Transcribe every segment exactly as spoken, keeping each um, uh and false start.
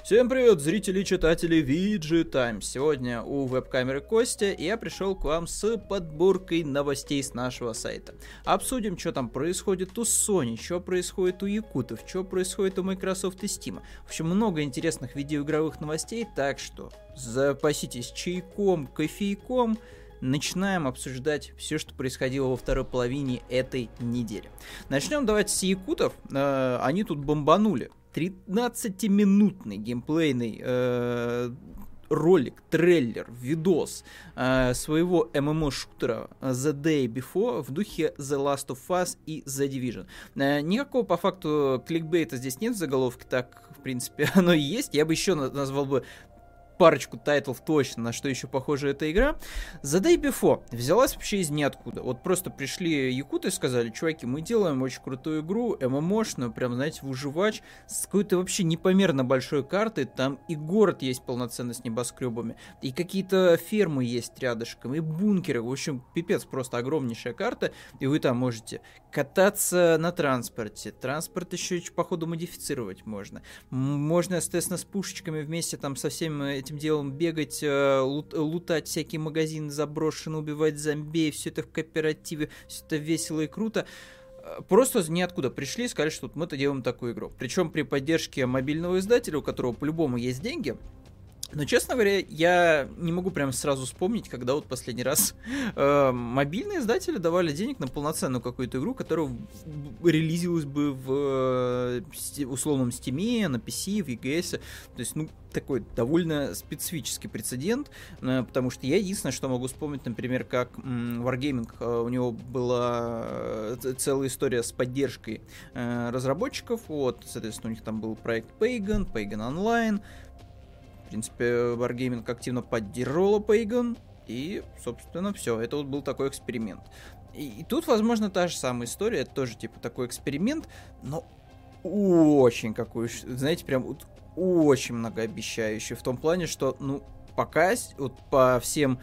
Всем привет, зрители и читатели ви джи Times. Сегодня у веб-камеры Костя, и я пришел к вам с подборкой новостей с нашего сайта. Обсудим, что там происходит у Sony, что происходит у якутов, что происходит у Microsoft и Steam. В общем, много интересных видеоигровых новостей, так что запаситесь чайком, кофейком. Начинаем обсуждать все, что происходило во второй половине этой недели. Начнем давайте с якутов. Э, они тут бомбанули. тринадцатиминутный геймплейный э, ролик, трейлер, видос э, своего эм эм о-шутера The Day Before в духе The Last of Us и The Division. Э, никакого по факту кликбейта здесь нет в заголовке, так в принципе оно и есть. Я бы еще назвал бы парочку тайтлов точно, на что еще похожа эта игра. The Day Before взялась вообще из ниоткуда. Вот просто пришли якуты и сказали: чуваки, мы делаем очень крутую игру, эм эм о-шную, прям, знаете, выживач, с какой-то вообще непомерно большой картой. Там и город есть полноценно с небоскребами, и какие-то фермы есть рядышком, и бункеры. В общем, пипец, просто огромнейшая карта, и вы там можете кататься на транспорте. Транспорт еще походу модифицировать можно. Можно, естественно, с пушечками вместе там со всеми этим делом бегать, лут, лутать всякие магазины заброшенные, убивать зомби, все это в кооперативе, все это весело и круто. Просто ниоткуда пришли и сказали, что мы-то делаем такую игру. Причем при поддержке мобильного издателя, у которого по-любому есть деньги. Но, честно говоря, я не могу прям сразу вспомнить, когда вот последний раз э, мобильные издатели давали денег на полноценную какую-то игру, которая релизилась бы в э, условном Steam, на пи си, в и джи эс. То есть, ну, такой довольно специфический прецедент, э, потому что я единственное, что могу вспомнить, например, как м, Wargaming, э, у него была э, целая история с поддержкой э, разработчиков, вот, соответственно, у них там был проект Pagan, Pagan Online. В принципе, Wargaming активно поддерживала Pagan, и, собственно, все. Это вот был такой эксперимент. И, и тут, возможно, та же самая история, это тоже, типа, такой эксперимент, но очень какой, знаете, прям вот очень многообещающий, в том плане, что, ну, пока вот по всем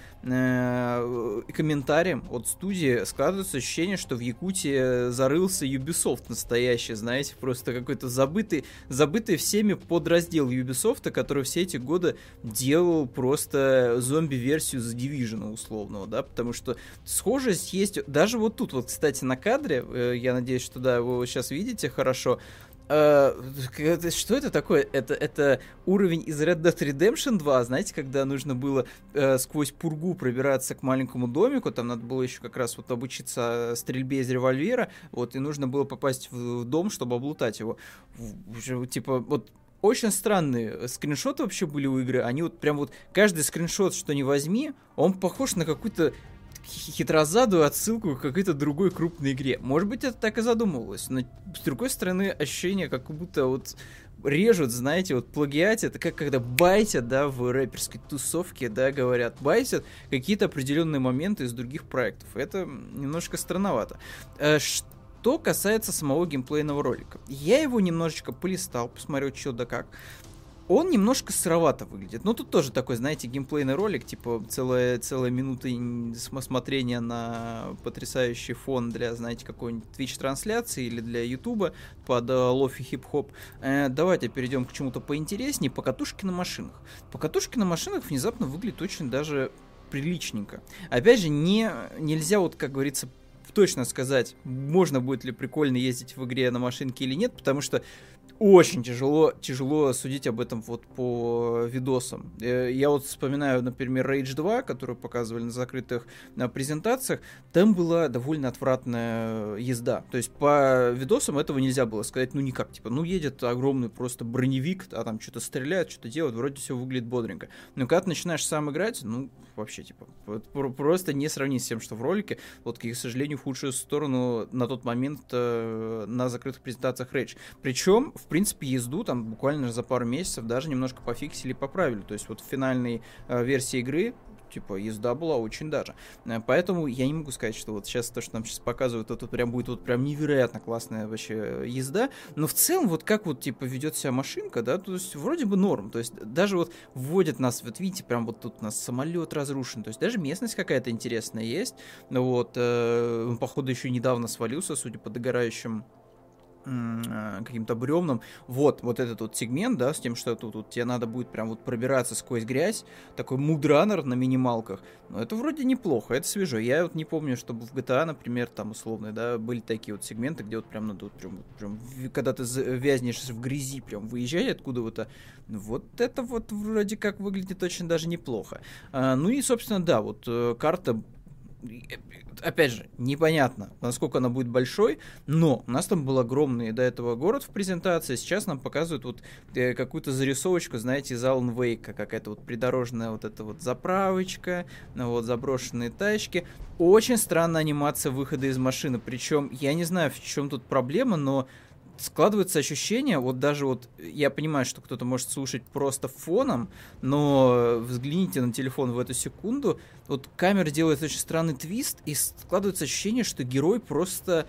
э, комментариям от студии складывается ощущение, что в Якутии зарылся Ubisoft настоящий, знаете, просто какой-то забытый, забытый всеми подраздел Ubisoft, который все эти годы делал просто зомби-версию The Division условного, да, потому что схожесть есть, даже вот тут вот, кстати, на кадре, э, я надеюсь, что, да, вы сейчас видите хорошо. Uh, что это такое? Это, это уровень из Red Dead Redemption два, знаете, когда нужно было uh, сквозь пургу пробираться к маленькому домику, там надо было еще как раз вот обучиться стрельбе из револьвера, вот, и нужно было попасть в, в дом, чтобы облутать его. В, типа, вот очень странные скриншоты вообще были у игры, они вот прям вот, каждый скриншот, что не возьми, он похож на какую-то хитрозадую отсылку к какой-то другой крупной игре. Может быть, это так и задумывалось, но с другой стороны, ощущение, как будто вот режут, знаете, вот плагиатят, это как когда байтят, да, в рэперской тусовке, да, говорят, байтят какие-то определенные моменты из других проектов. Это немножко странновато. Что касается самого геймплейного ролика, я его немножечко полистал, посмотрел, что да как. Он немножко сыровато выглядит. Но тут тоже такой, знаете, геймплейный ролик, типа целая, целая минута смотрения на потрясающий фон для, знаете, какой-нибудь Twitch-трансляции или для Ютуба под uh, лофи хип-хоп. Э, давайте перейдем к чему-то поинтереснее. Покатушки на машинах. Покатушки на машинах внезапно выглядят очень даже приличненько. Опять же, не, нельзя, вот, как говорится, точно сказать, можно будет ли прикольно ездить в игре на машинке или нет, потому что очень тяжело, тяжело судить об этом вот по видосам. Я вот вспоминаю, например, Rage два, которую показывали на закрытых на презентациях, там была довольно отвратная езда. То есть по видосам этого нельзя было сказать, ну никак, типа, ну едет огромный просто броневик, а там что-то стреляет, что-то делает, вроде все выглядит бодренько. Но когда ты начинаешь сам играть, ну вообще, типа, вот, просто не сравнить с тем, что в ролике. Вот, к сожалению, в худшую сторону на тот момент э, на закрытых презентациях Rage. Причем, в принципе, езду там буквально за пару месяцев даже немножко пофиксили и поправили. То есть вот в финальной э, версии игры типа, езда была очень даже. Поэтому я не могу сказать, что вот сейчас то, что нам сейчас показывают, это прям будет вот прям невероятно классная вообще езда. Но в целом, вот как вот, типа, ведет себя машинка, да, то есть вроде бы норм. То есть даже вот вводят нас, вот видите, прям вот тут у нас самолет разрушен. То есть даже местность какая-то интересная есть. Вот, э, походу, еще недавно свалился, судя по догорающим каким-то бревном. Вот, вот этот вот сегмент, да, с тем, что тут, тут тебе надо будет прям вот пробираться сквозь грязь, такой мудранер на минималках. Но это вроде неплохо, это свежо. Я вот не помню, чтобы в джи ти эй, например, там условно, да, были такие вот сегменты, где вот прям надо вот прям, прям когда ты вязнешь в грязи, прям выезжай откуда-то. Вот это вот вроде как выглядит очень даже неплохо. А, ну и, собственно, да, вот карта, опять же, непонятно, насколько она будет большой, но у нас там был огромный до этого город в презентации, сейчас нам показывают вот э, какую-то зарисовочку, знаете, из Alan Wake, какая-то вот придорожная вот эта вот заправочка, вот заброшенные тачки. Очень странная анимация выхода из машины, причем я не знаю, в чем тут проблема, но складывается ощущение, вот даже вот, я понимаю, что кто-то может слушать просто фоном, но взгляните на телефон в эту секунду, вот камера делает очень странный твист, и складывается ощущение, что герой просто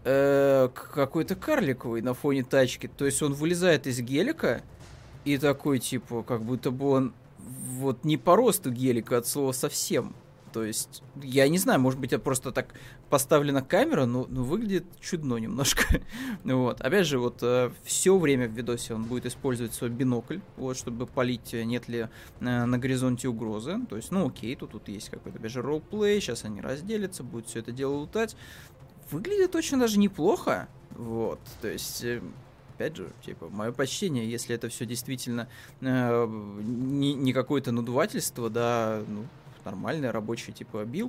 э, какой-то карликовый на фоне тачки, то есть он вылезает из гелика, и такой, типа, как будто бы он вот не по росту гелика от слова совсем. То есть, я не знаю, может быть, это просто так поставлена камера, но, но выглядит чудно немножко. Вот. Опять же, вот э, все время в видосе он будет использовать свой бинокль, вот, чтобы палить, нет ли э, на горизонте угрозы. То есть, ну окей, тут, тут есть какой-то, опять же, ролл-плей, сейчас они разделятся, будут все это дело лутать. Выглядит очень даже неплохо. Вот, то есть... Э, Опять же, типа, мое почтение, если это все действительно э, не, не какое-то надувательство, да, ну, нормальный рабочий типа билд.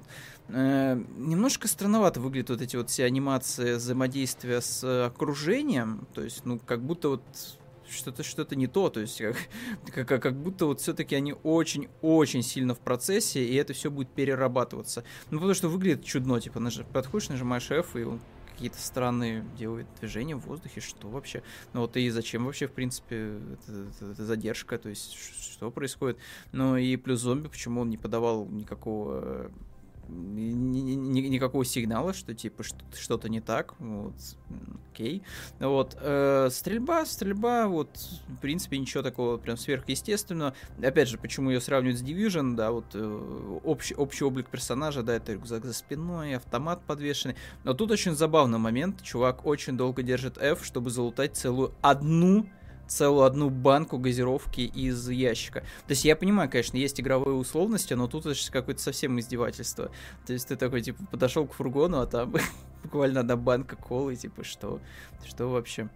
Э, немножко странновато выглядят вот эти вот все анимации взаимодействия с окружением, то есть, ну, как будто вот что-то что-то не то, то есть как, как, как будто вот все-таки они очень-очень сильно в процессе, и это все будет перерабатываться. Ну, потому что выглядит чудно, типа, наж... подходишь, нажимаешь F, и он какие-то странные делает движения в воздухе, что вообще? Ну вот и зачем вообще, в принципе, это, это, это задержка, то есть что происходит? Ну и плюс зомби, почему он не подавал никакого... Ни, ни, ни, никакого сигнала, что типа что-то не так, вот, окей, вот, э, стрельба, стрельба, вот, в принципе, ничего такого прям сверхъестественного, опять же, почему ее сравнивают с Division, да, вот, э, общий, общий облик персонажа, да, это рюкзак за спиной, автомат подвешенный, но тут очень забавный момент, чувак очень долго держит F, чтобы залутать целую одну целую одну банку газировки из ящика. То есть я понимаю, конечно, есть игровые условности, но тут это какое-то совсем издевательство. То есть ты такой, типа, подошел к фургону, а там буквально одна банка колы, типа, что, что вообще?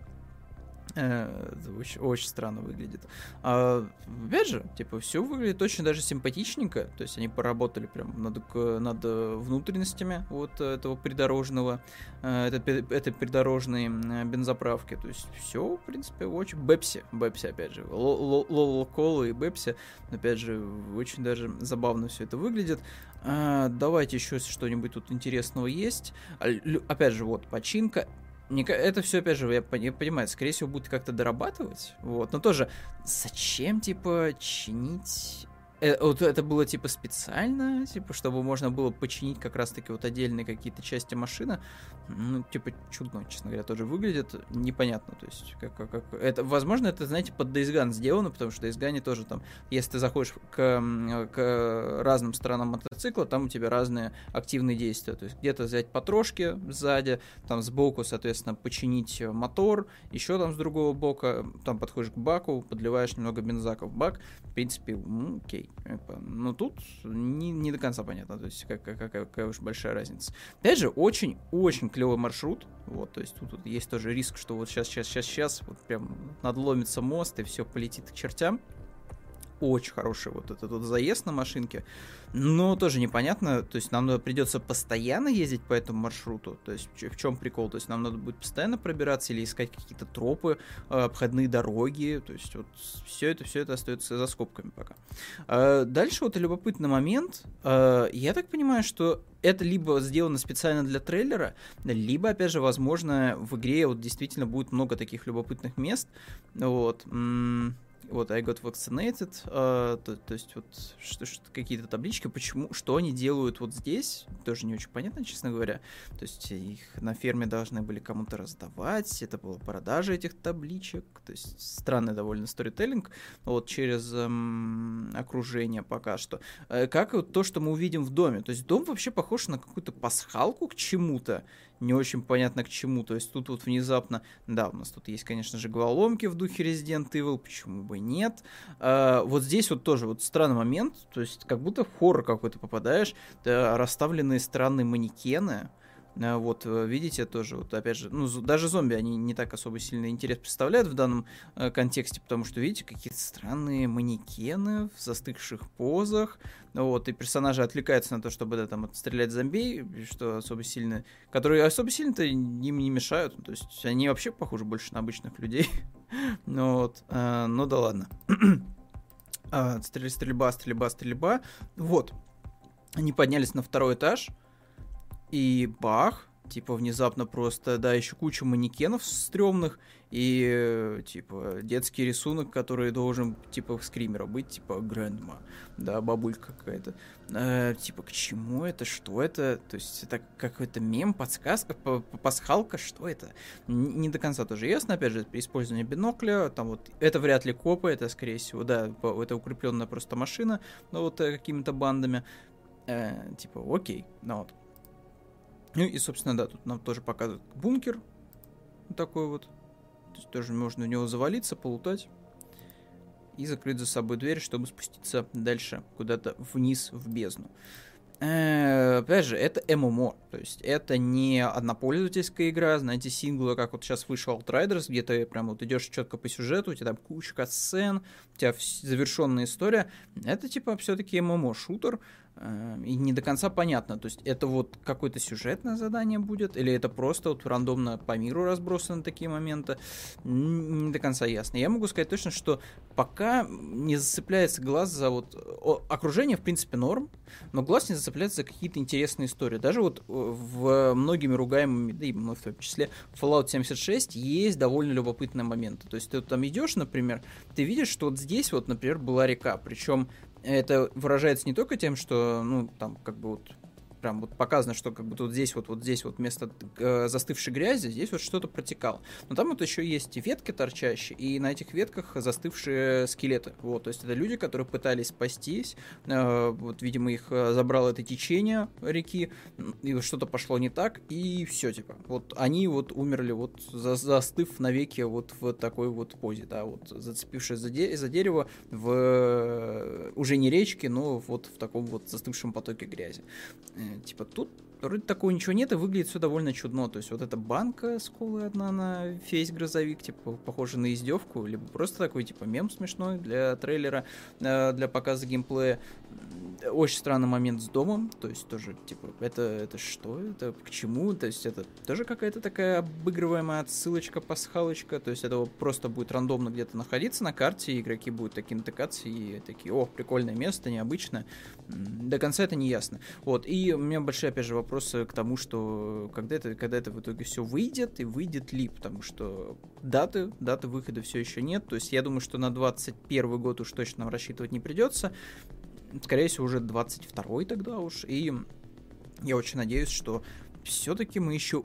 Это очень, очень странно выглядит. А, опять же, типа, все выглядит очень даже симпатичненько. То есть они поработали прям над, над внутренностями вот этого придорожного, этой, этой придорожной бензоправки. То есть все, в принципе, очень... Бепси, Бепси, опять же. Лоло-коло и Бепси. Опять же, очень даже забавно все это выглядит. А, давайте еще что-нибудь тут интересного есть. Опять же, вот, починка. Это все, опять же, я понимаю, скорее всего, будет как-то дорабатывать, вот, но тоже, зачем, типа, чинить... Вот это было, типа, специально, типа, чтобы можно было починить как раз-таки вот отдельные какие-то части машины, ну, типа, чудно, честно говоря, тоже выглядит, непонятно, то есть, как, как, как... Это, возможно, это, знаете, под Days Gone сделано, потому что Days Gone тоже там, если ты заходишь к, к разным сторонам мотоцикла, там у тебя разные активные действия, то есть, где-то взять потрошки сзади, там сбоку, соответственно, починить мотор, еще там с другого бока, там подходишь к баку, подливаешь немного бензака в бак, в принципе, ну, окей. Но тут не, не до конца понятно, то есть как, как, какая, какая уж большая разница. Опять же, очень-очень клевый маршрут, вот, то есть тут, тут есть тоже риск, что вот сейчас, сейчас, сейчас, сейчас, вот прям надломится мост и все полетит к чертям. Очень хороший вот этот вот заезд на машинке, но тоже непонятно, то есть нам надо, придется постоянно ездить по этому маршруту, то есть в чем прикол, то есть нам надо будет постоянно пробираться или искать какие-то тропы, обходные дороги, то есть вот все это, все это остается за скобками пока. Дальше вот любопытный момент, я так понимаю, что это либо сделано специально для трейлера, либо, опять же, возможно, в игре вот действительно будет много таких любопытных мест, вот. Вот, I got vaccinated, uh, то, то есть вот что, что, какие-то таблички, почему, что они делают вот здесь, тоже не очень понятно, честно говоря. То есть их на ферме должны были кому-то раздавать, это была продажа этих табличек, то есть странный довольно сторителлинг, вот через эм, окружение пока что. Э, как вот то, что мы увидим в доме, то есть дом вообще похож на какую-то пасхалку к чему-то, не очень понятно к чему. То есть тут вот внезапно, да, у нас тут есть, конечно же, головоломки в духе Resident Evil, почему бы нет. А, вот здесь вот тоже вот странный момент, то есть как будто в хоррор какой-то попадаешь, да, расставленные странные манекены. Вот, видите, тоже, вот опять же, ну, даже зомби, они не так особо сильный интерес представляют в данном э, контексте, потому что, видите, какие-то странные манекены в застывших позах, вот, и персонажи отвлекаются на то, чтобы, да, там, отстрелять зомби, что особо сильно, которые особо сильно-то им не мешают, то есть они вообще похожи больше на обычных людей, ну, вот, э, ну, да ладно. Стрельба, стрельба, стрельба, вот, они поднялись на второй этаж, и бах, типа, внезапно просто, да, еще куча манекенов стрёмных, и, типа, детский рисунок, который должен, типа, в скримера быть, типа, грэндма, да, бабулька какая-то. Э, типа, к чему это, что это? То есть, это какой-то мем, подсказка, пасхалка, что это? Н- не до конца тоже ясно, опять же, при использовании бинокля, там вот, это вряд ли копы, это, скорее всего, да, это укрепленная просто машина, ну, вот, какими-то бандами. Э, типа, окей, ну, вот. Ну и, собственно, да, тут нам тоже показывают бункер такой вот. То есть тоже можно в него завалиться, полутать и закрыть за собой дверь, чтобы спуститься дальше куда-то вниз в бездну. Э-э, опять же, это эм эм о, то есть это не однопользовательская игра, знаете, синглы, как вот сейчас вышел Outriders, где ты прям вот идешь четко по сюжету, у тебя там куча катсцен, у тебя завершенная история. Это типа все-таки эм эм о-шутер, и не до конца понятно, то есть это вот какое-то сюжетное задание будет, или это просто вот рандомно по миру разбросаны такие моменты, не до конца ясно. Я могу сказать точно, что пока не зацепляется глаз за вот... О, окружение, в принципе, норм, но глаз не зацепляется за какие-то интересные истории. Даже вот в многими ругаемыми, да и мной в том числе, Fallout семьдесят шесть есть довольно любопытные моменты. То есть ты вот там идешь, например, ты видишь, что вот здесь вот, например, была река, причем это выражается не только тем, что, ну, там, как бы вот прям вот показано, что как бы тут здесь вот, вот здесь вот вместо э, застывшей грязи здесь вот что-то протекало. Но там вот еще есть ветки торчащие, и на этих ветках застывшие скелеты. Вот, то есть это люди, которые пытались спастись, э, вот, видимо, их забрало это течение реки, и что-то пошло не так, и все, типа. Вот они вот умерли, вот за, застыв навеки вот в такой вот позе, да, вот зацепившись за, де- за дерево в уже не речке, но вот в таком вот застывшем потоке грязи. Типа тут вроде такого ничего нет, и выглядит все довольно чудно. То есть вот эта банка с колой одна на весь грузовик, типа, похожа на издевку, либо просто такой, типа, мем смешной для трейлера, для показа геймплея. Очень странный момент с домом, то есть тоже, типа, это, это что? Это к чему? То есть это тоже какая-то такая обыгрываемая отсылочка, пасхалочка, то есть это просто будет рандомно где-то находиться на карте, и игроки будут такие натыкаться и такие, о, прикольное место, необычное. До конца это не ясно. Вот, и у меня большие, опять же, вопросы к тому, что когда это, когда это в итоге все выйдет, и выйдет ли, потому что даты, даты выхода все еще нет, то есть я думаю, что на двадцать первый год уж точно нам рассчитывать не придется, скорее всего, уже двадцать второй тогда уж, и я очень надеюсь, что все-таки мы еще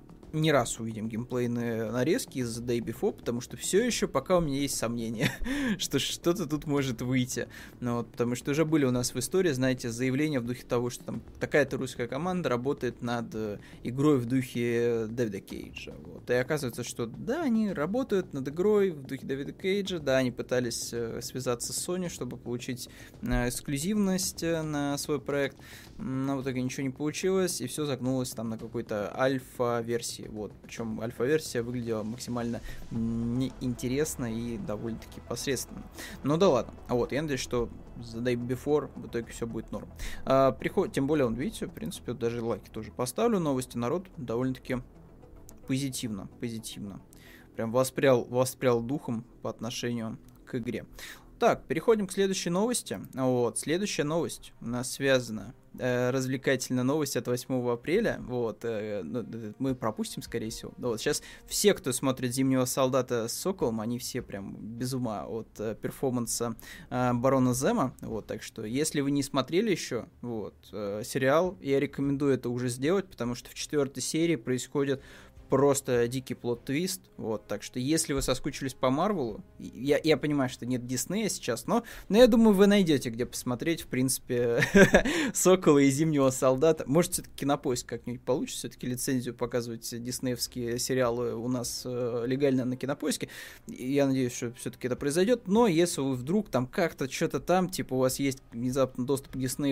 не раз увидим геймплейные нарезки из Day Before, потому что все еще пока у меня есть сомнения, что что-то тут может выйти. Ну, вот, потому что уже были у нас в истории, знаете, заявления в духе того, что там такая-то русская команда работает над э, игрой в духе Дэвида Кейджа. Вот. И оказывается, что да, они работают над игрой в духе Дэвида Кейджа, да, они пытались э, связаться с Sony, чтобы получить э, эксклюзивность э, на свой проект, но в итоге ничего не получилось, и все загнулось там на какой-то альфа-версии. Вот. Причем альфа-версия выглядела максимально неинтересно и довольно-таки посредственно. Ну да ладно. А вот, я надеюсь, что за Day Before в итоге все будет норм. А, приход... Тем более, он, видите, в принципе, вот даже лайки тоже поставлю. Новости, народ довольно-таки позитивно, позитивно. Прям воспрял, воспрял духом по отношению к игре. Так, переходим к следующей новости. Вот, следующая новость у нас связана, э, развлекательная новость от восьмого апреля. Вот, э, ну, мы пропустим, скорее всего. Вот, сейчас все, кто смотрит «Зимнего солдата» с Соколом, они все прям без ума от э, перформанса э, Барона Зема. Вот, так что, если вы не смотрели еще, вот, э, сериал, я рекомендую это уже сделать, потому что в четвертой серии происходит просто дикий плот-твист, вот, так что если вы соскучились по Марвелу, я, я понимаю, что нет Диснея сейчас, но, но я думаю, вы найдете, где посмотреть, в принципе, Сокола и Зимнего Солдата. Может, все-таки Кинопоиск как-нибудь получится, все-таки лицензию показывать диснеевские сериалы у нас э, легально на Кинопоиске. Я надеюсь, что все-таки это произойдет, но если вы вдруг там как-то что-то там, типа у вас есть внезапно доступ к Disney+,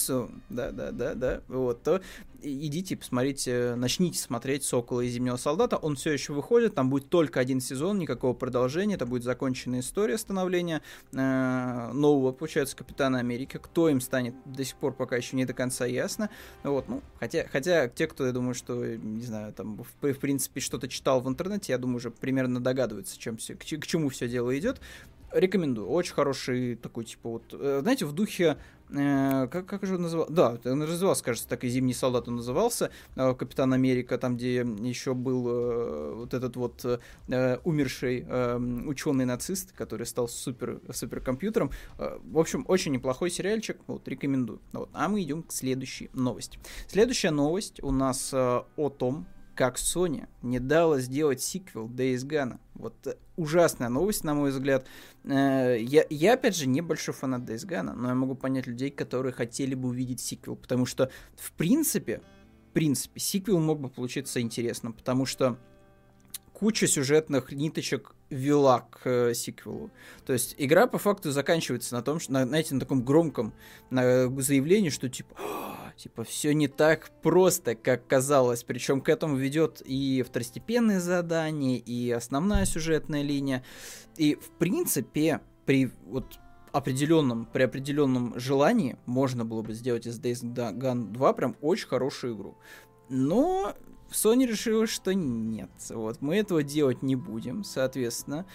да-да-да-да, вот, то идите, посмотрите, начните смотреть «Сокола и Зимнего Солдата». Он все еще выходит, там будет только один сезон, никакого продолжения, это будет законченная история становления э, нового, получается, Капитана Америки. Кто им станет, до сих пор пока еще не до конца ясно. Вот, ну, хотя, хотя те, кто, я думаю, что, не знаю, там, в, в принципе, что-то читал в интернете, я думаю, уже примерно догадываются, чем все, к, к чему все дело идет. Рекомендую. Очень хороший такой, типа, вот, знаете, в духе, э, как, как же он назывался? Да, он назывался, кажется, так и «Зимний солдат» он назывался, э, Капитан Америка, там, где еще был э, вот этот вот э, умерший э, ученый-нацист, который стал супер, суперкомпьютером. Э, в общем, очень неплохой сериальчик, вот, рекомендую. Вот. А мы идем к следующей новости. Следующая новость у нас э, о том, как Sony не дала сделать сиквел Days Gone. Вот э, ужасная новость, на мой взгляд. Э, я, я, опять же, не большой фанат Days Gone, но я могу понять людей, которые хотели бы увидеть сиквел, потому что, в принципе, в принципе, сиквел мог бы получиться интересным, потому что куча сюжетных ниточек вела к э, сиквелу. То есть игра по факту заканчивается на том, что, на, знаете, на таком громком на, заявлении, что типа... Типа, все не так просто, как казалось. Причем к этому ведет и второстепенные задания, и основная сюжетная линия. И, в принципе, при вот определенном, при определенном желании можно было бы сделать из Days Gone два прям очень хорошую игру. Но Sony решила, что нет. Вот, мы этого делать не будем. Соответственно,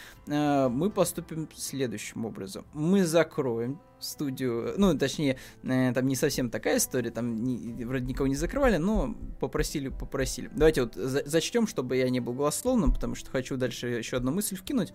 мы поступим следующим образом. Мы закроем студию, ну, точнее, э, там не совсем такая история, там не, вроде никого не закрывали, но попросили, попросили. Давайте вот за, зачтем, чтобы я не был голословным, потому что хочу дальше еще одну мысль вкинуть.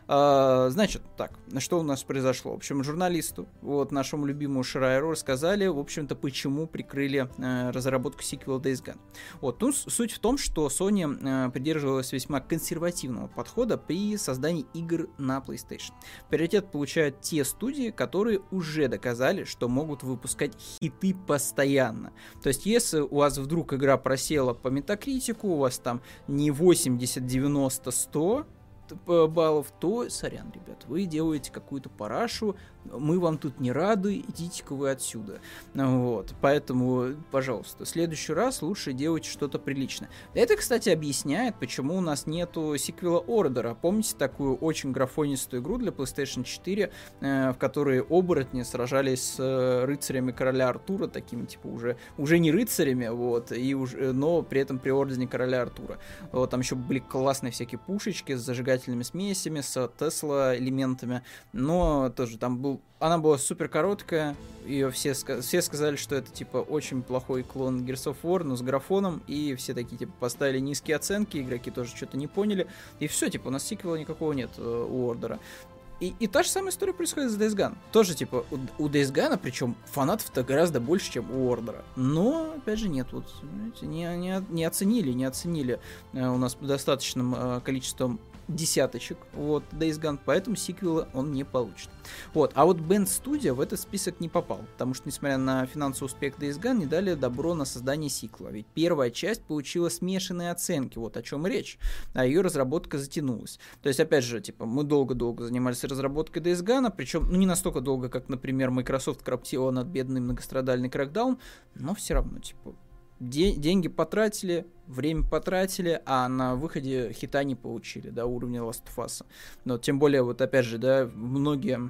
А, значит, так, что у нас произошло? В общем, журналисту, вот, нашему любимому Шрайеру рассказали, в общем-то, почему прикрыли э, разработку сиквела Days Gone. Вот, ну, суть в том, что Sony э, придерживалась весьма консервативного подхода при создании игр на PlayStation. Приоритет получают те студии, которые уже доказали, что могут выпускать хиты постоянно. То есть, если у вас вдруг игра просела по метакритику, у вас там не восемьдесят, девяносто, сто баллов, то, сорян, ребят, вы делаете какую-то парашу, мы вам тут не рады, идите-ка вы отсюда. Вот, поэтому, пожалуйста, в следующий раз лучше делать что-то приличное. Это, кстати, объясняет, почему у нас нету сиквела Ордера. Помните такую очень графонистую игру для PlayStation четыре, э, в которой оборотни сражались с э, рыцарями короля Артура, такими, типа, уже, уже не рыцарями, вот, и уже, но при этом при ордене короля Артура. Вот, там еще были классные всякие пушечки с зажигательными смесями, с Тесла элементами, но тоже там был она была супер короткая, ее все, все сказали, что это типа очень плохой клон Gears of War, но с графоном, и все такие типа поставили низкие оценки, игроки тоже что-то не поняли, и все, типа у нас сиквела никакого нет э, у Ордера. И, и та же самая история происходит с Days Gone. Тоже, типа, у, у Days Gone, причем фанатов-то гораздо больше, чем у Ордера. Но, опять же, нет, вот, знаете, не, не, не оценили, не оценили э, у нас достаточным э, количеством десяточек, вот, Days Gone, поэтому сиквела он не получит. Вот, а вот Bend Studio в этот список не попал, потому что, несмотря на финансовый успех Days Gone, не дали добро на создание сиквела, ведь первая часть получила смешанные оценки, вот о чем речь, а ее разработка затянулась. То есть, опять же, типа, мы долго-долго занимались разработкой Days Gone, причем, ну, не настолько долго, как, например, Microsoft кроптила над бедный многострадальный Crackdown, но все равно, типа, Де- деньги потратили, время потратили, а на выходе хита не получили, да, уровня Last of Us. Но тем более, вот опять же, да, многие,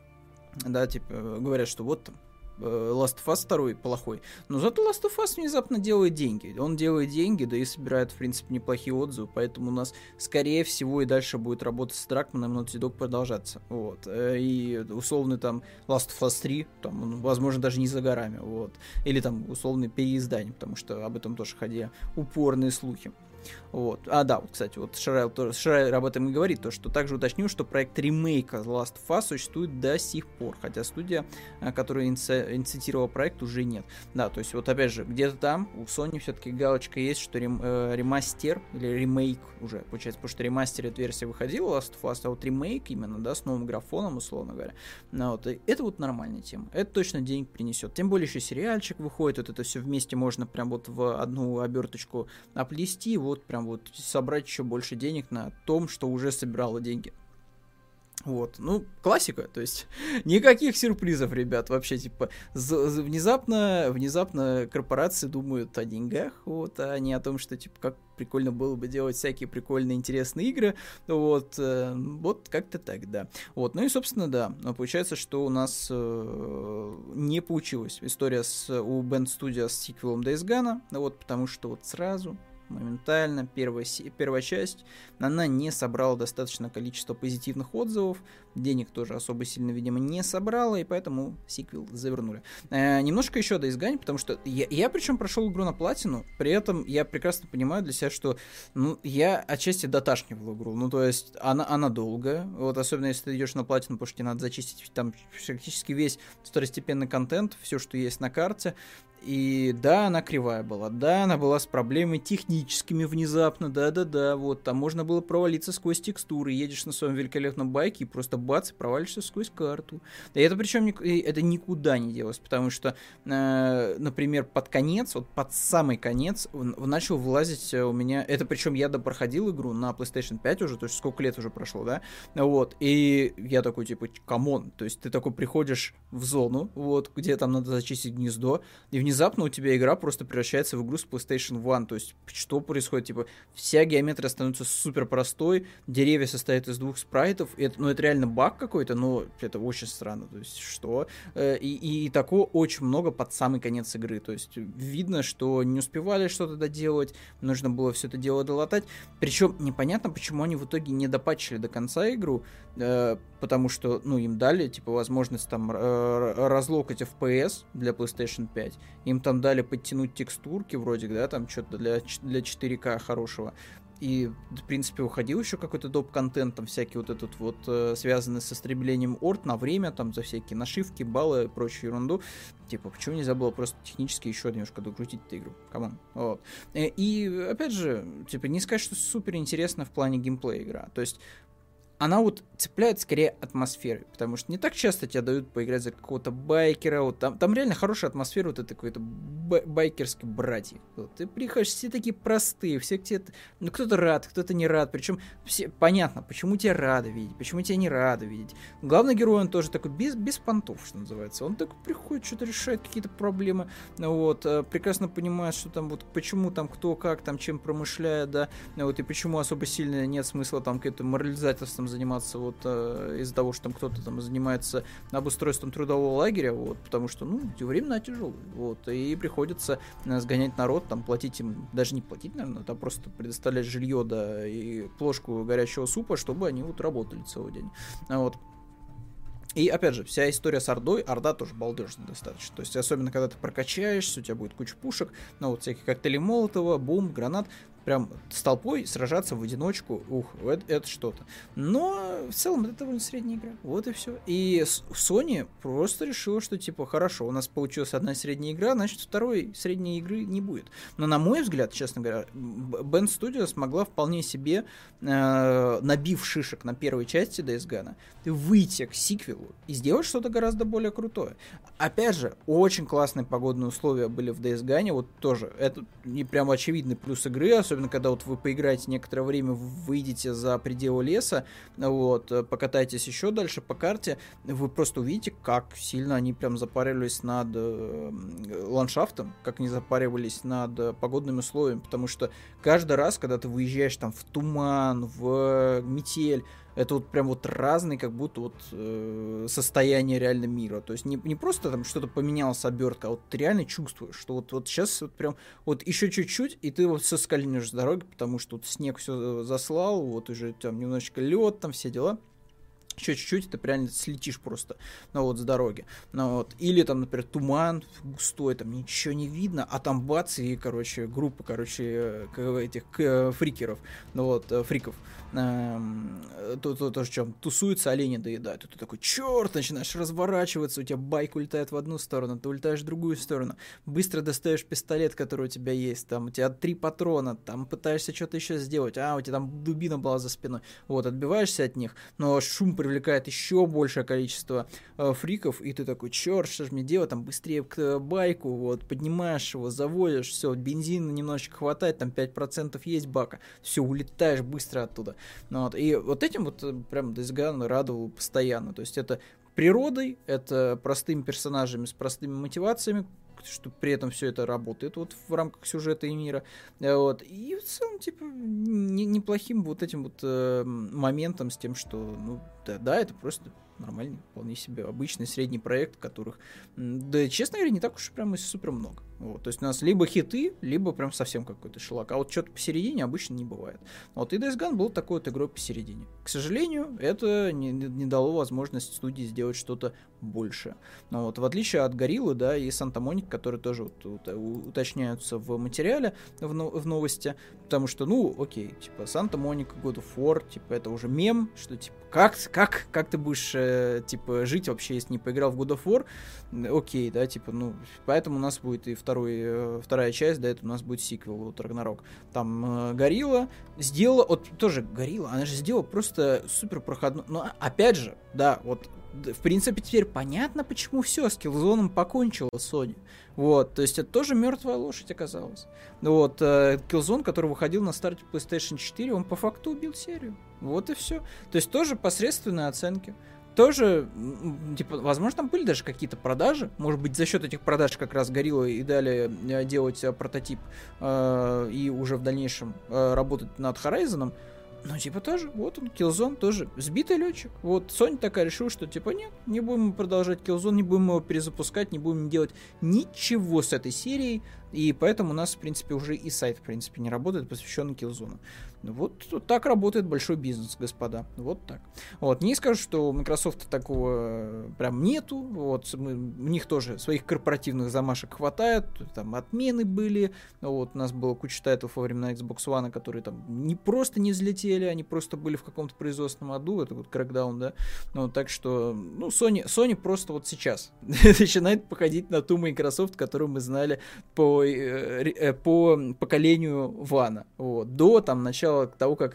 да, типа, говорят, что вот там Last of Us два плохой, но зато Last of Us внезапно делает деньги. Он делает деньги, да и собирает, в принципе, неплохие отзывы, поэтому у нас, скорее всего, и дальше будет работа с Дракманом, Naughty Dog продолжаться. Вот. И условный там Last of Us три, там, он, возможно, даже не за горами, вот. Или там условный переиздание, потому что об этом тоже ходили упорные слухи. Вот. А, да, вот, кстати, вот Шрайер, Шрайер об этом и говорит, то, что также уточнил, что проект ремейка The Last of Us существует до сих пор, хотя студия, которая иници... инициировала проект, уже нет. Да, то есть вот опять же, где-то там у Sony все-таки галочка есть, что рем... э, ремастер или ремейк уже, получается, потому что ремастер эта версия выходила Last of Us, а вот ремейк именно, да, с новым графоном, условно говоря, ну, вот, это вот нормальная тема, это точно денег принесет, тем более еще сериальчик выходит, вот это все вместе можно прям вот в одну оберточку оплести, вот прям вот собрать еще больше денег на том, что уже собирало деньги. Вот, ну, классика, то есть никаких сюрпризов, ребят, вообще, типа, внезапно, внезапно корпорации думают о деньгах, вот, а не о том, что, типа, как прикольно было бы делать всякие прикольные, интересные игры, вот, э, вот как-то так, да. Вот, ну и, собственно, да, получается, что у нас э, не получилась история с, у Band Studio с сиквелом Days Gone, вот, потому что вот сразу... моментально, первая, первая часть, она не собрала достаточное количество позитивных отзывов, денег тоже особо сильно, видимо, не собрала, и поэтому сиквел завернули. Э, немножко еще до изгнания, потому что я, я причем прошел игру на платину, при этом я прекрасно понимаю для себя, что ну, я отчасти доташнивал игру, ну, то есть она, она долгая, вот, особенно если ты идешь на платину, потому что тебе надо зачистить там практически весь второстепенный контент, все, что есть на карте. И да, она кривая была, да, она была с проблемами техническими внезапно, да-да-да, вот, там можно было провалиться сквозь текстуры, едешь на своем великолепном байке и просто бац, и провалишься сквозь карту. И это причем это никуда не делось, потому что, э, например, под конец, вот под самый конец начал вылазить у меня, это причем я допроходил игру на PlayStation пять уже, то есть сколько лет уже прошло, да, вот, и я такой, типа, камон, то есть ты такой приходишь в зону, вот, где там надо зачистить гнездо, и внезапно внезапно у тебя игра просто превращается в игру с PlayStation один, то есть что происходит, типа, вся геометрия становится супер простой, деревья состоят из двух спрайтов, это, ну, это реально баг какой-то, но это очень странно, то есть что, и, и, и такого очень много под самый конец игры, то есть видно, что не успевали что-то доделать, нужно было все это дело долатать, причем непонятно, почему они в итоге не допатчили до конца игру, э, потому что, ну, им дали, типа, возможность там э, разлокать эф пи эс для PlayStation пять, им там дали подтянуть текстурки вроде, да, там что-то для, для четыре ка хорошего. И, в принципе, выходил еще какой-то доп-контент, там всякий вот этот вот, э, связанный с истреблением орд на время, там, за всякие нашивки, баллы и прочую ерунду. Типа, почему нельзя было просто технически еще немножко докрутить эту игру? Камон. Вот. И, и, опять же, типа, не сказать, что супер интересно в плане геймплея игра. То есть, она вот цепляет скорее атмосферой, потому что не так часто тебе дают поиграть за какого-то байкера, вот там, там реально хорошая атмосфера, вот это какой-то бай- байкерский братья. Вот, ты приходишь, все такие простые, все к тебе, ну кто-то рад, кто-то не рад, причем все, понятно, почему тебя рады видеть, почему тебя не рады видеть. Главный герой, он тоже такой без, без понтов, что называется, он такой приходит, что-то решает какие-то проблемы, вот, прекрасно понимает, что там вот, почему там кто как, там чем промышляет, да, вот, и почему особо сильно нет смысла там каким-то морализательством заниматься вот э, из-за того, что там кто-то там занимается обустройством трудового лагеря, вот, потому что, ну, времена тяжелые, вот, и приходится э, сгонять народ, там, платить им, даже не платить, наверное, там просто предоставлять жилье, да, и плошку горячего супа, чтобы они вот работали целый день, вот. И, опять же, вся история с Ордой, Орда тоже балдежная достаточно. То есть, особенно, когда ты прокачаешься, у тебя будет куча пушек, ну, вот всякие коктейли Молотова, бум, гранат, прям с толпой сражаться в одиночку, ух, это, это что-то. Но в целом это довольно средняя игра. Вот и все. И Sony просто решила, что типа, хорошо, у нас получилась одна средняя игра, значит, второй средней игры не будет. Но на мой взгляд, честно говоря, Band Studio смогла вполне себе, э, набив шишек на первой части Days Gone, выйти к сиквелу и сделать что-то гораздо более крутое. Опять же, очень классные погодные условия были в Days Gone, вот тоже, это не прям очевидный плюс игры, особенно когда вот вы поиграете некоторое время, выйдете за пределы леса, вот, покатаетесь еще дальше по карте, вы просто увидите, как сильно они прям запаривались над э, ландшафтом, как они запаривались над э, погодными условиями, потому что каждый раз, когда ты выезжаешь там в туман, в э, метель, это вот прям вот разные, как будто вот э, состояние реально мира. То есть не, не просто там что-то поменялась обертка, а вот ты реально чувствуешь, что вот, вот сейчас вот прям вот еще чуть-чуть, и ты вот соскользнешь с дороги, потому что вот снег все заслал, вот уже там немножечко лед, там все дела. еще чуть-чуть, ты прям слетишь просто, ну, вот, с дороги. Ну, вот. Или там, например, туман густой, там ничего не видно, а там бац, и, короче, группа, короче, этих фрикеров, ну, вот, фриков, то, то, то, что тусуются, олени доедают. И ты такой, черт, начинаешь разворачиваться, у тебя байк улетает в одну сторону, ты улетаешь в другую сторону, быстро достаешь пистолет, который у тебя есть, там, у тебя три патрона, там, пытаешься что-то еще сделать, а, у тебя там дубина была за спиной, вот, отбиваешься от них, но шум привлекает еще большее количество э, фриков, и ты такой, черт, что же мне делать, там, быстрее к байку, вот, поднимаешь его, заводишь, все, бензина немножечко хватает, там, пять процентов есть бака, все, улетаешь быстро оттуда, ну, вот, и вот этим вот прям Days Gone радовал постоянно, то есть это природой, это простыми персонажами с простыми мотивациями, что при этом все это работает вот в рамках сюжета и мира, вот, и в целом, типа, не, неплохим вот этим вот э, моментом с тем, что, ну, да, да, это просто нормальный, вполне себе обычный средний проект, которых, да, честно говоря, не так уж и прям и супер много. Вот, то есть у нас либо хиты, либо прям совсем какой-то шелак. А вот что-то посередине обычно не бывает. Вот, и Days Gone был такой вот игрой посередине. К сожалению, это не, не дало возможность студии сделать что-то большее. Но вот, в отличие от Гориллы, да, и Санта-Моника, которые тоже вот, вот, уточняются в материале, в, но, в новости, потому что, ну, окей, типа, Санта-Моника, God of War, типа, это уже мем, что, типа, как, как, как ты будешь, э, типа, жить вообще, если не поиграл в God of War? Окей, да, типа, ну, поэтому у нас будет и второй, э, вторая часть, да, это у нас будет сиквел, вот, Рагнарок. Там э, Горилла сделала, вот, тоже Горилла, она же сделала просто супер проходную, но, опять же, да, вот, в принципе, теперь понятно, почему все с Killzone покончила Sony. Вот, то есть это тоже мертвая лошадь оказалась. Вот, э, Killzone, который выходил на старте PlayStation четыре, он по факту убил серию. Вот и все. То есть тоже посредственные оценки. Тоже, типа, возможно, там были даже какие-то продажи. Может быть, за счет этих продаж как раз Горилла и дали делать прототип э, и уже в дальнейшем э, работать над Horizon. Ну, типа, тоже, вот он, Killzone тоже, сбитый летчик. Вот, Sony такая решила, что, типа, нет, не будем продолжать Killzone, не будем его перезапускать, не будем делать ничего с этой серией, и поэтому у нас, в принципе, уже и сайт, в принципе, не работает, посвященный Killzone. Вот, вот так работает большой бизнес, господа, вот так. Вот, не скажу, что у Microsoft такого прям нету, вот, мы, у них тоже своих корпоративных замашек хватает, там, отмены были, вот, у нас было куча тайтлов во время Xbox One, которые там не просто не взлетели, они просто были в каком-то производственном аду, это вот Crackdown, да, ну, так что, ну, Sony, Sony просто вот сейчас начинает походить на ту Microsoft, которую мы знали по, э, по поколению Вана, вот, до, там, начала того, как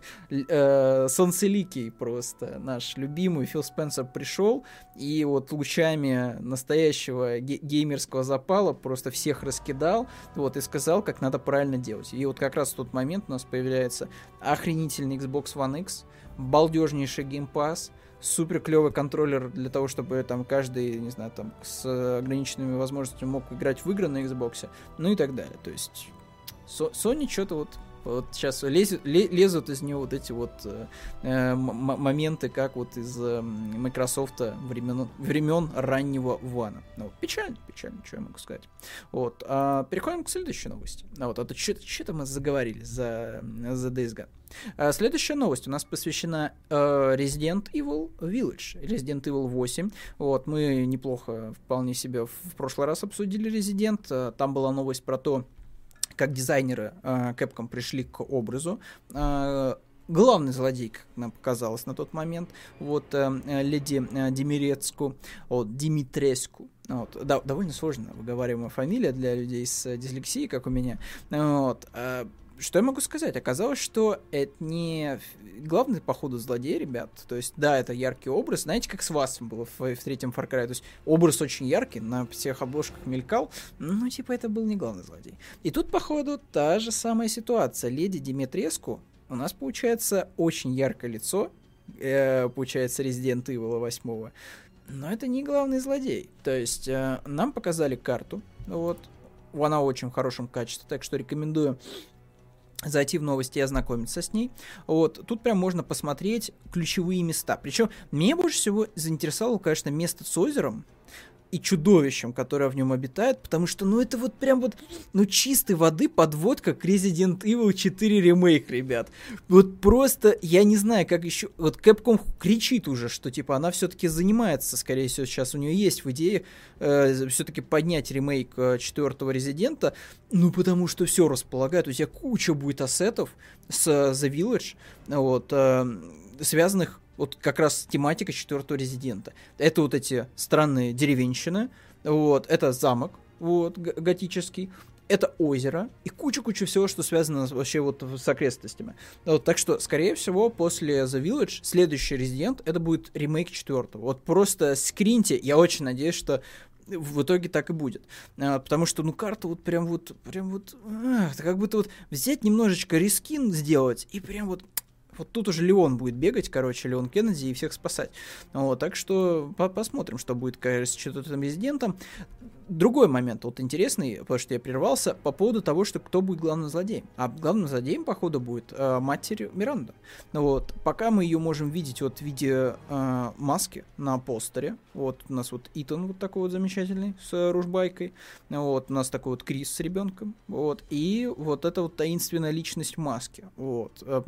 э, Солнцеликий просто, наш любимый Фил Спенсер пришел, и вот лучами настоящего ге- геймерского запала просто всех раскидал, вот, и сказал, как надо правильно делать. И вот как раз в тот момент у нас появляется охренительный Xbox One X, балдежнейший Game Pass, супер клевый контроллер для того, чтобы там каждый, не знаю, там с ограниченными возможностями мог играть в игры на Xbox, ну и так далее. То есть Со- Sony что-то вот Вот сейчас лезут, лезут из него вот эти вот э, м- моменты, как вот из э, Microsoft времен, времен раннего Вана. Ну, печально, печально, что я могу сказать. Вот. А, переходим к следующей новости. А вот, а то что-то мы заговорили за, за Days Gone. А, следующая новость у нас посвящена э, Resident Evil Village, Resident Evil восемь. Вот, мы неплохо вполне себе в, в прошлый раз обсудили Resident. Там была новость про то, как дизайнеры э, Capcom пришли к образу. Э, главный злодей, как нам показалось на тот момент, вот, э, леди э, Димирецку, вот, Димитреску. Вот, да, довольно сложно выговариваемая фамилия для людей с э, дислексией, как у меня. Вот, э, что я могу сказать? Оказалось, что это не главный, походу, злодей, ребят. То есть, да, это яркий образ. Знаете, как с Васом было в, в третьем Far Cry? То есть, образ очень яркий, на всех обложках мелькал. Ну, типа, это был не главный злодей. И тут, походу, та же самая ситуация. Леди Димитреску у нас, получается, очень яркое лицо. Э, получается, Resident Evil восемь. Но это не главный злодей. То есть, э, нам показали карту. Вот. Она в очень хорошем качестве, так что рекомендую зайти в новости и ознакомиться с ней. Вот, тут прям можно посмотреть ключевые места. Причем меня больше всего заинтересовало, конечно, место с озером. и чудовищем, которое в нем обитает, потому что, ну, это вот прям вот, ну, чистой воды подводка к Resident Evil четыре ремейк, ребят. Вот просто, я не знаю, как еще... Вот Capcom кричит уже, что, типа, она все-таки занимается, скорее всего, сейчас у нее есть в идее э, все-таки поднять ремейк э, четвертого Резидента, ну, потому что все располагает, у тебя куча будет ассетов с uh, The Village, вот, э, связанных вот как раз с тематикой четвертого Резидента. Это вот эти странные деревенщины, вот, это замок, вот, г- готический, это озеро и куча-куча всего, что связано вообще вот с окрестностями. Вот, так что, скорее всего, после The Village следующий Резидент это будет ремейк четвертого. Вот просто скриньте, я очень надеюсь, что в итоге так и будет. А, потому что, ну, карта вот прям вот, прям вот, ах, как будто вот взять немножечко рискин сделать и прям вот Вот тут уже Леон будет бегать, короче, Леон Кеннеди и всех спасать. Вот, так что по- посмотрим, что будет с четвертым Резидентом. Другой момент, вот интересный, потому что я прервался, по поводу того, что кто будет главным злодеем. А главным злодеем, походу, будет э, матерь Миранда. Вот, пока мы ее можем видеть вот в виде э, маски на постере. Вот у нас вот Итан вот такой вот замечательный с э, ружбайкой. Вот, у нас такой вот Крис с ребенком. Вот, и вот эта вот таинственная личность в маске. Вот, э,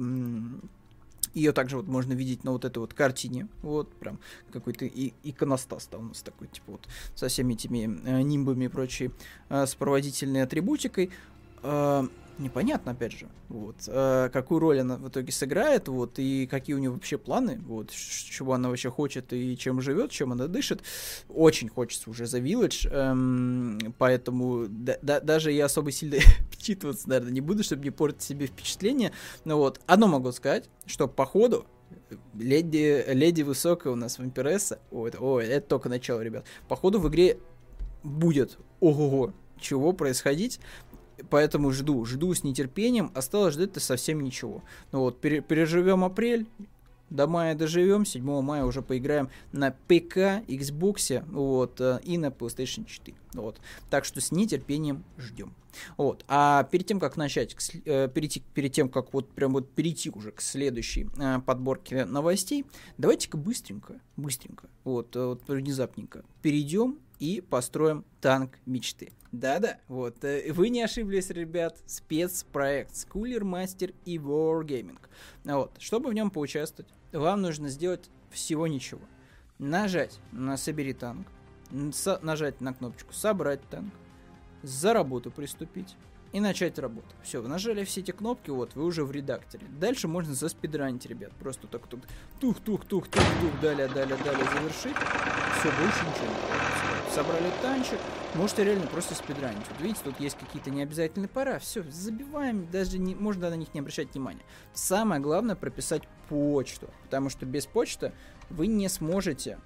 ее также вот можно видеть на вот этой вот картине. Вот, прям какой-то и- иконостас там у нас такой, типа вот, со всеми этими э, нимбами и прочей э, сопроводительной атрибутикой. Э, непонятно, опять же, вот, э, какую роль она в итоге сыграет, вот, и какие у нее вообще планы, вот, ш- чего она вообще хочет и чем живет, чем она дышит. Очень хочется уже The Village, эм, поэтому да- да- даже я особо сильно вчитываться, наверное, не буду, чтобы не портить себе впечатление. Но вот, одно могу сказать, что по ходу леди, леди высокая у нас вампиресса, ой, это, ой, это только начало, ребят, по ходу в игре будет ого-го чего происходить. Поэтому жду, жду с нетерпением. Осталось ждать-то совсем ничего. Ну вот, пере- переживем апрель, до мая доживем, седьмого мая уже поиграем на ПК, Xbox, вот, и на PlayStation четыре. Вот. Так что с нетерпением ждем. Вот. А перед тем, как начать, к, э, перейти, перед тем, как вот прям вот перейти уже к следующей э, подборке новостей, давайте-ка быстренько, быстренько, вот, вот внезапненько перейдем и построим танк мечты. Да-да, вот, э, вы не ошиблись, ребят, спецпроект с Cooler Master и Wargaming. Вот, чтобы в нем поучаствовать, вам нужно сделать всего ничего. Нажать на «Собери танк», с- нажать на кнопочку «Собрать танк», за работу приступить и начать работу. Все, вы нажали все эти кнопки, вот, вы уже в редакторе. Дальше можно заспидранить, ребят. Просто так тух тух тух тух тух далее, далее, далее завершить. Все, больше ничего не делается. Собрали танчик, можете реально просто спидранить. Вот видите, тут есть какие-то необязательные пора. Все, забиваем, даже не, можно на них не обращать внимания. Самое главное прописать почту, потому что без почты вы не сможете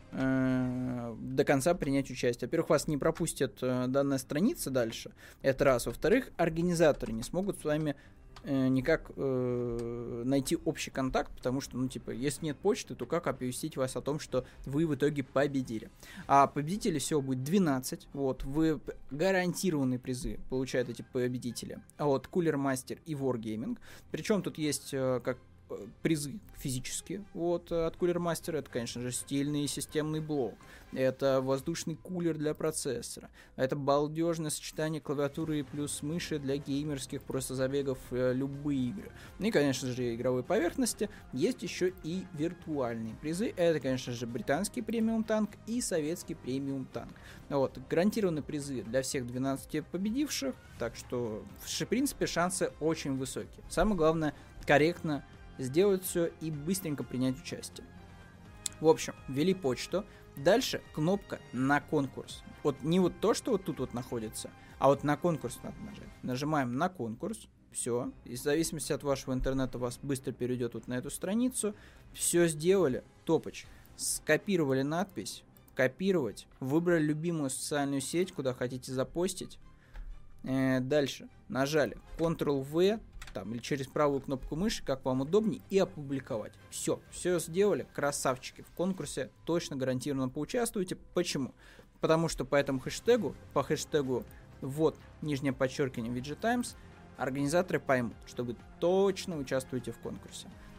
э, до конца принять участие. Во-первых, вас не пропустят э, данная страница дальше, это раз. Во-вторых, организаторы не смогут с вами э, никак э, найти общий контакт, потому что, ну, типа, если нет почты, то как оповестить вас о том, что вы в итоге победили? А победителей всего будет двенадцать, вот, вы гарантированные призы получают эти победители от Cooler Master и Wargaming, причем тут есть, э, как призы физические вот, от Cooler Master. Это, конечно же, стильный системный блок. Это воздушный кулер для процессора. Это балдежное сочетание клавиатуры плюс мыши для геймерских просто забегов э, любые игры. Ну и, конечно же, игровой поверхности. Есть еще и виртуальные призы. Это, конечно же, британский премиум танк и советский премиум танк. Вот. Гарантированы призы для всех двенадцати победивших. Так что, в принципе, шансы очень высокие. Самое главное, корректно сделать все и быстренько принять участие. В общем, ввели почту. Дальше кнопка на конкурс. Вот не вот то, что вот тут вот находится, а вот на конкурс надо нажать. Нажимаем на конкурс. Все. И в зависимости от вашего интернета вас быстро перейдет вот на эту страницу. Все сделали. Топоч. Скопировали надпись. Копировать. Выбрали любимую социальную сеть, куда хотите запостить. Э, дальше. Нажали контрол-вэ. Там, или через правую кнопку мыши, как вам удобнее, и опубликовать. Все, все сделали, красавчики. В конкурсе точно гарантированно поучаствуете. Почему? Потому что по этому хэштегу, по хэштегу вот, нижнее подчеркивание ви джи Times, организаторы поймут, что вы точно участвуете в конкурсе.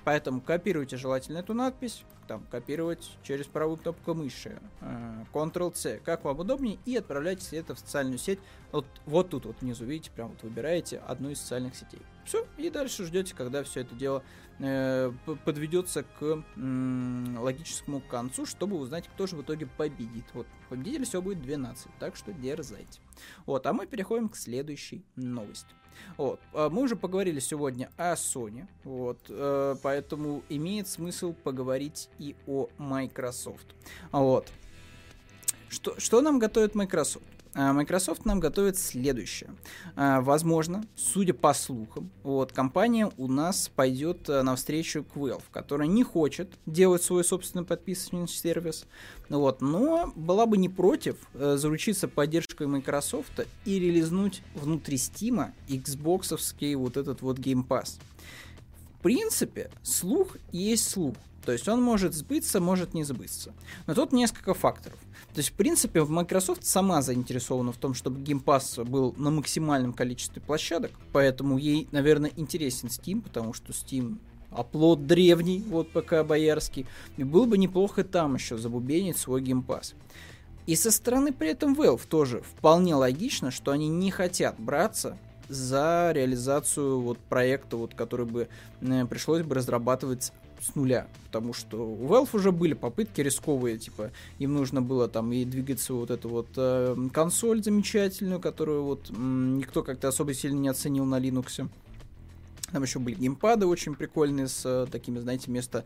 Поэтому копируйте желательно эту надпись, там, копировать через правую кнопку мыши, э, контрол си, как вам удобнее, и отправляйте это в социальную сеть. Вот, вот тут вот внизу, видите, прям вот выбираете одну из социальных сетей. Все, и дальше ждете, когда все это дело э, подведется к м, логическому концу, чтобы узнать, кто же в итоге победит. Вот, победителей всего будет двенадцать, так что дерзайте. Вот, а мы переходим к следующей новости. Вот. Мы уже поговорили сегодня о Sony, вот, э, поэтому имеет смысл поговорить и о Microsoft. Вот. Что, что нам готовит Microsoft? Microsoft нам готовит следующее. Возможно, судя по слухам, вот, компания у нас пойдет навстречу к Valve, которая не хочет делать свой собственный подписочный сервис, вот, но была бы не против заручиться поддержкой Microsoft и релизнуть внутри Steam Xbox-овский вот этот вот Game Pass. В принципе, слух есть слух. То есть он может сбыться, может не сбыться. Но тут несколько факторов. То есть, в принципе, Microsoft сама заинтересована в том, чтобы Game Pass был на максимальном количестве площадок, поэтому ей, наверное, интересен Steam, потому что Steam оплот древний, вот пока боярский, и было бы неплохо там еще забубенить свой Game Pass. И со стороны при этом Valve тоже вполне логично, что они не хотят браться за реализацию вот проекта, вот, который бы э, пришлось бы разрабатывать с нуля, потому что у Valve уже были попытки рисковые, типа им нужно было там и двигаться вот эту вот э, консоль замечательную, которую вот м, никто как-то особо сильно не оценил на Linux. Там еще были геймпады очень прикольные с э, такими, знаете, место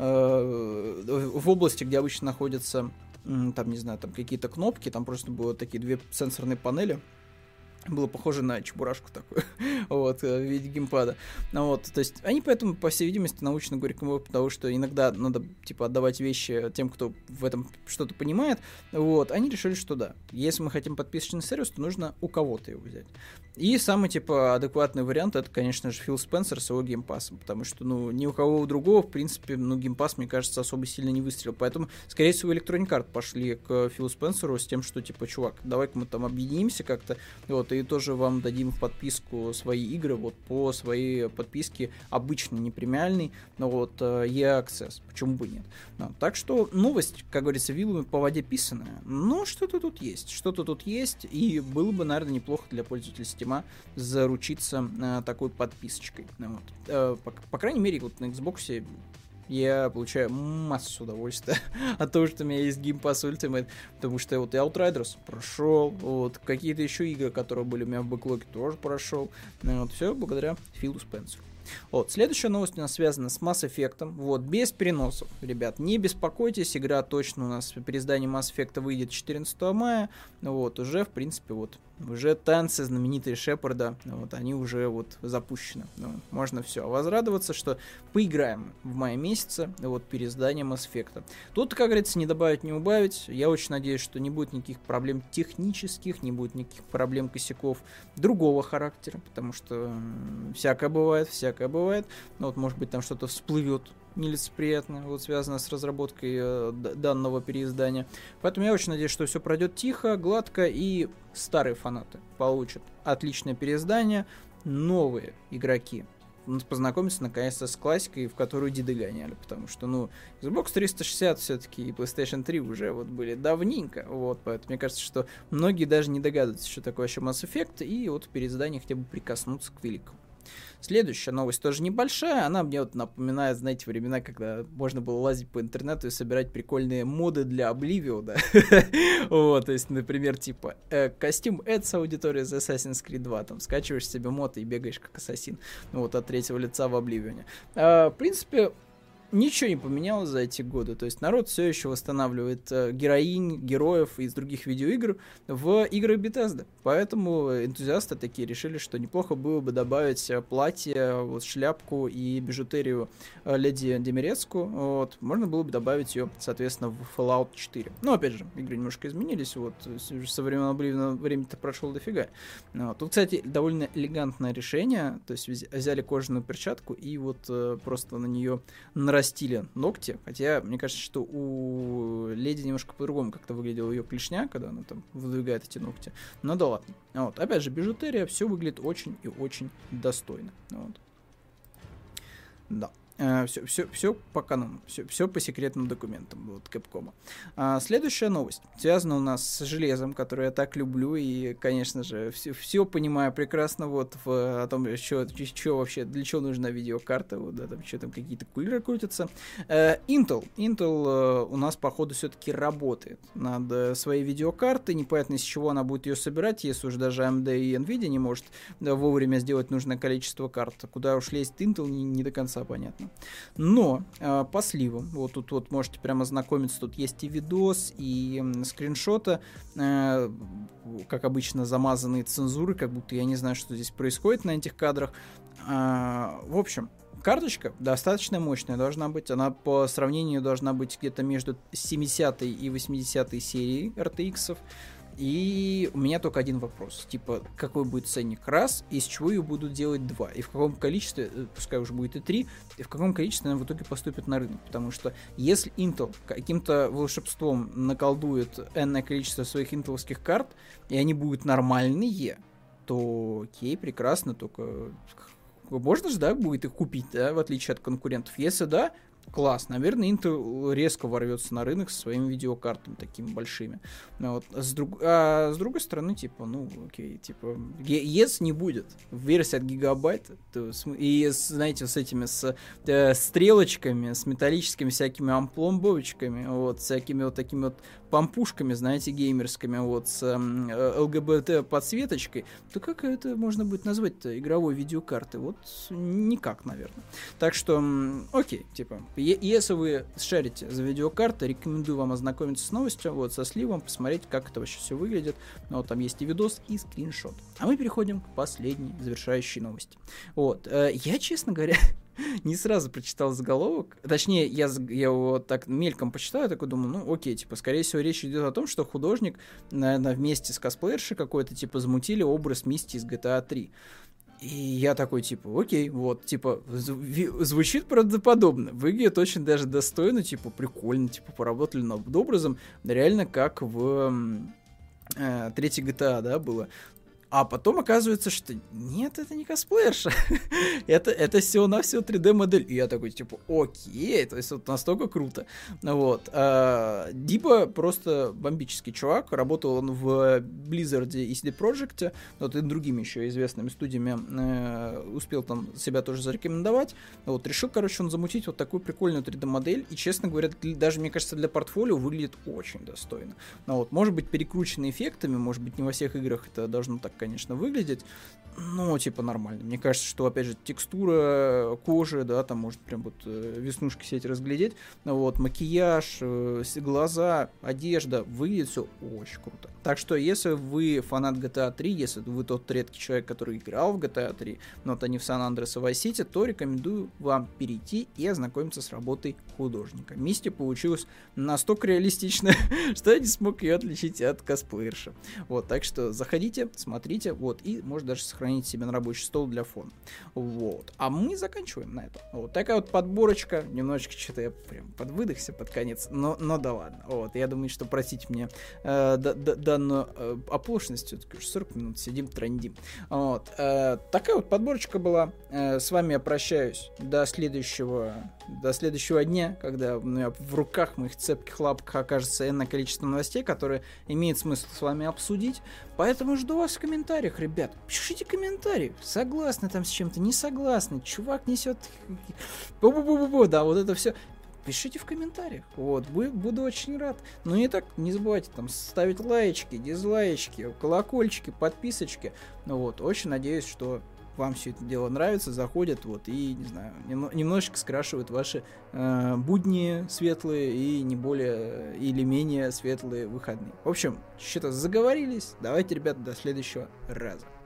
э, в области, где обычно находятся э, там, не знаю, там какие-то кнопки, там просто было такие две сенсорные панели. Было похоже на чебурашку такую, вот, в виде геймпада. Вот, то есть они поэтому, по всей видимости, научно говорят, потому что иногда надо, типа, отдавать вещи тем, кто в этом что-то понимает. Вот, они решили, что да, если мы хотим подписочный сервис, то нужно у кого-то его взять. И самый, типа, адекватный вариант, это, конечно же, Фил Спенсер с его геймпассом, потому что, ну, ни у кого у другого, в принципе, ну, геймпасс, мне кажется, особо сильно не выстрелил. Поэтому, скорее всего, Electronic Arts пошли к Филу Спенсеру с тем, что, типа, чувак, давай-ка мы там объединимся как-то, вот, и тоже вам дадим в подписку свои игры, вот, по своей подписке обычной, не премиальной, но вот, и Access, почему бы нет. Ну, так что новость, как говорится, вилами по воде писаная, но что-то тут есть, что-то тут есть, и было бы, наверное, неплохо для пользователей Steam заручиться э, такой подписочкой. Вот. Э, по, по крайней мере, вот на Xbox я получаю массу удовольствия от того, что у меня есть Game Pass Ultimate, потому что вот и Outriders прошел, вот, какие-то еще игры, которые были у меня в бэклоге, тоже прошел. Вот, все благодаря Филу Спенсеру. Вот, следующая новость у нас связана с Mass Effect. Вот, без переносов, ребят, не беспокойтесь, игра точно у нас в переиздании Mass Effect выйдет четырнадцатого мая. Вот, уже, в принципе, вот, уже танцы знаменитые Шепарда, вот, они уже вот запущены. Ну, можно все возрадоваться, что поиграем в мае месяце, вот, переиздание Mass Effect. Тут, как говорится, не добавить, не убавить. Я очень надеюсь, что не будет никаких проблем технических, не будет никаких проблем косяков другого характера, потому что м- всякое бывает, всякое бывает. Ну, вот, может быть, там что-то всплывет нелицеприятно, вот, связано с разработкой э, данного переиздания. Поэтому я очень надеюсь, что все пройдет тихо, гладко, и старые фанаты получат отличное переиздание, новые игроки познакомиться наконец-то с классикой, в которую деды гоняли, потому что, ну, Xbox триста шестьдесят все-таки и PlayStation три уже вот были давненько, вот, поэтому мне кажется, что многие даже не догадываются, что такое вообще Mass Effect, и вот в переиздании хотя бы прикоснуться к великому. Следующая новость тоже небольшая, она мне вот напоминает, знаете, времена, когда можно было лазить по интернету и собирать прикольные моды для Oblivion, да, вот, то есть, например, типа, э, костюм Эдса аудитории из Assassin's Creed два, там, скачиваешь себе мод и бегаешь как ассасин, вот, от третьего лица в Oblivion. А, в принципе, ничего не поменялось за эти годы, то есть народ все еще восстанавливает э, героинь, героев из других видеоигр в игры Bethesda, поэтому энтузиасты такие решили, что неплохо было бы добавить платье, вот, шляпку и бижутерию э, леди Демирецку, вот, можно было бы добавить ее, соответственно, в Fallout четыре. Но, опять же, игры немножко изменились, вот, со времен Oblivion времени-то прошло дофига. Вот. Тут, кстати, довольно элегантное решение, то есть взяли кожаную перчатку и вот э, просто на нее нарастили стиле ногти, хотя мне кажется, что у леди немножко по-другому как-то выглядела ее клешня, когда она там выдвигает эти ногти. Но да ладно. Вот. Опять же, бижутерия, все выглядит очень и очень достойно. Вот. Да. Uh, все, все, все по канону, все, все по секретным документам вот, Capcom. Uh, следующая новость связана у нас с железом, которое я так люблю, и, конечно же, все, все понимаю прекрасно вот в о том, что, что вообще, для чего нужна видеокарта, вот, да, там, что там какие-то кулеры крутятся. Uh, Intel, Intel uh, у нас, походу, все-таки работает над uh, своей видеокартой, непонятно, из чего она будет ее собирать, если уже даже эй эм ди и Nvidia не может да, вовремя сделать нужное количество карт. Куда уж лезть Intel, не, не до конца понятно. Но э, по сливам, вот тут вот можете прямо ознакомиться, тут есть и видос, и м, скриншоты, э, как обычно замазанные цензуры, как будто я не знаю, что здесь происходит на этих кадрах. Э, в общем, карточка достаточно мощная должна быть, она по сравнению должна быть где-то между семидесятой и восьмидесятой серией эр ти икс-ов. И у меня только один вопрос. Типа, какой будет ценник? Раз, из чего ее будут делать два? И в каком количестве, пускай уже будет и три, и в каком количестве она в итоге поступит на рынок? Потому что если Intel каким-то волшебством наколдует энное количество своих интеловских карт, и они будут нормальные, то окей, прекрасно, только можно же, да, будет их купить, да, в отличие от конкурентов. Если да, класс. Наверное, Intel резко ворвется на рынок со своими видеокартами такими большими. Вот. С, друг... а с другой стороны, типа, ну, окей, типа, если не будет версия от гигабайта, то, и, знаете, с этими, с э, стрелочками, с металлическими всякими ампломбовочками, вот, всякими вот такими вот пампушками, знаете, геймерскими, вот, с э, эл гэ бэ тэ-подсветочкой, то как это можно будет назвать-то игровой видеокартой? Вот никак, наверное. Так что, окей, типа, если вы шарите за видеокарты, рекомендую вам ознакомиться с новостью, вот, со сливом, посмотреть, как это вообще все выглядит. Ну, вот там есть и видос, и скриншот. А мы переходим к последней завершающей новости. Вот, э, я, честно говоря, не сразу прочитал заголовок. Точнее, я, я его так мельком почитал, я такой думаю, ну, окей, типа, скорее всего, речь идет о том, что художник, наверное, вместе с косплеершей какой-то, типа, замутили образ Мисти из джи ти эй три. И я такой, типа, окей, вот, типа, зв- звучит правдоподобно, выглядит очень даже достойно, типа, прикольно, типа, поработали над образом, реально как в э, третьей джи ти эй, да, было. А потом оказывается, что нет, это не косплеерша. это, это всего-навсего три дэ-модель. И я такой, типа, окей, то есть вот настолько круто. Вот. А, Диба просто бомбический чувак. Работал он в Blizzard и си ди Projekt, вот, и другими еще известными студиями. Э, успел там себя тоже зарекомендовать. Вот. Решил, короче, он замутить вот такую прикольную три дэ-модель. И, честно говоря, даже, мне кажется, для портфолио выглядит очень достойно. Ну, вот. Может быть, перекручено эффектами, может быть, не во всех играх это должно так, конечно, выглядеть, но типа нормально. Мне кажется, что, опять же, текстура кожи, да, там может прям вот э, веснушки все эти разглядеть, вот, макияж, э, глаза, одежда, выглядит все очень круто. Так что, если вы фанат джи ти эй три, если вы тот редкий человек, который играл в джи ти эй три, но вот они в Сан-Андреас и Vice City, то рекомендую вам перейти и ознакомиться с работой художника. Мисти получилась настолько реалистичная, что я не смог ее отличить от косплеерши. Вот, так что заходите, смотрите, вот, и может даже сохранить себе на рабочий стол для фона. Вот. А мы заканчиваем на этом. Вот такая вот подборочка. Немножечко что-то я прям подвыдохся под конец, но, но да ладно. Вот. Я думаю, что простите мне э, д- д- данную э, оплошность. Все-таки уже сорок минут сидим, трандим. Вот. Э, такая вот подборочка была. Э, с вами я прощаюсь до следующего, до следующего дня, когда у меня в руках, в моих цепких лапках окажется энное количество новостей, которые имеет смысл с вами обсудить. Поэтому жду вас в комментариях, ребят. Пишите комментарии. Согласны там с чем-то, не согласны. Чувак несет... Бу-бу-бу-бу-бу. Да, вот это все. Пишите в комментариях. Вот, буду очень рад. Ну и так, не забывайте там ставить лайчики, дизлайчики, колокольчики, подписочки. Ну вот, очень надеюсь, что вам все это дело нравится, заходит, вот, и, не знаю, немножечко скрашивает ваши э, будни светлые и не более или менее светлые выходные. В общем, что-то заговорились. Давайте, ребята, до следующего раза.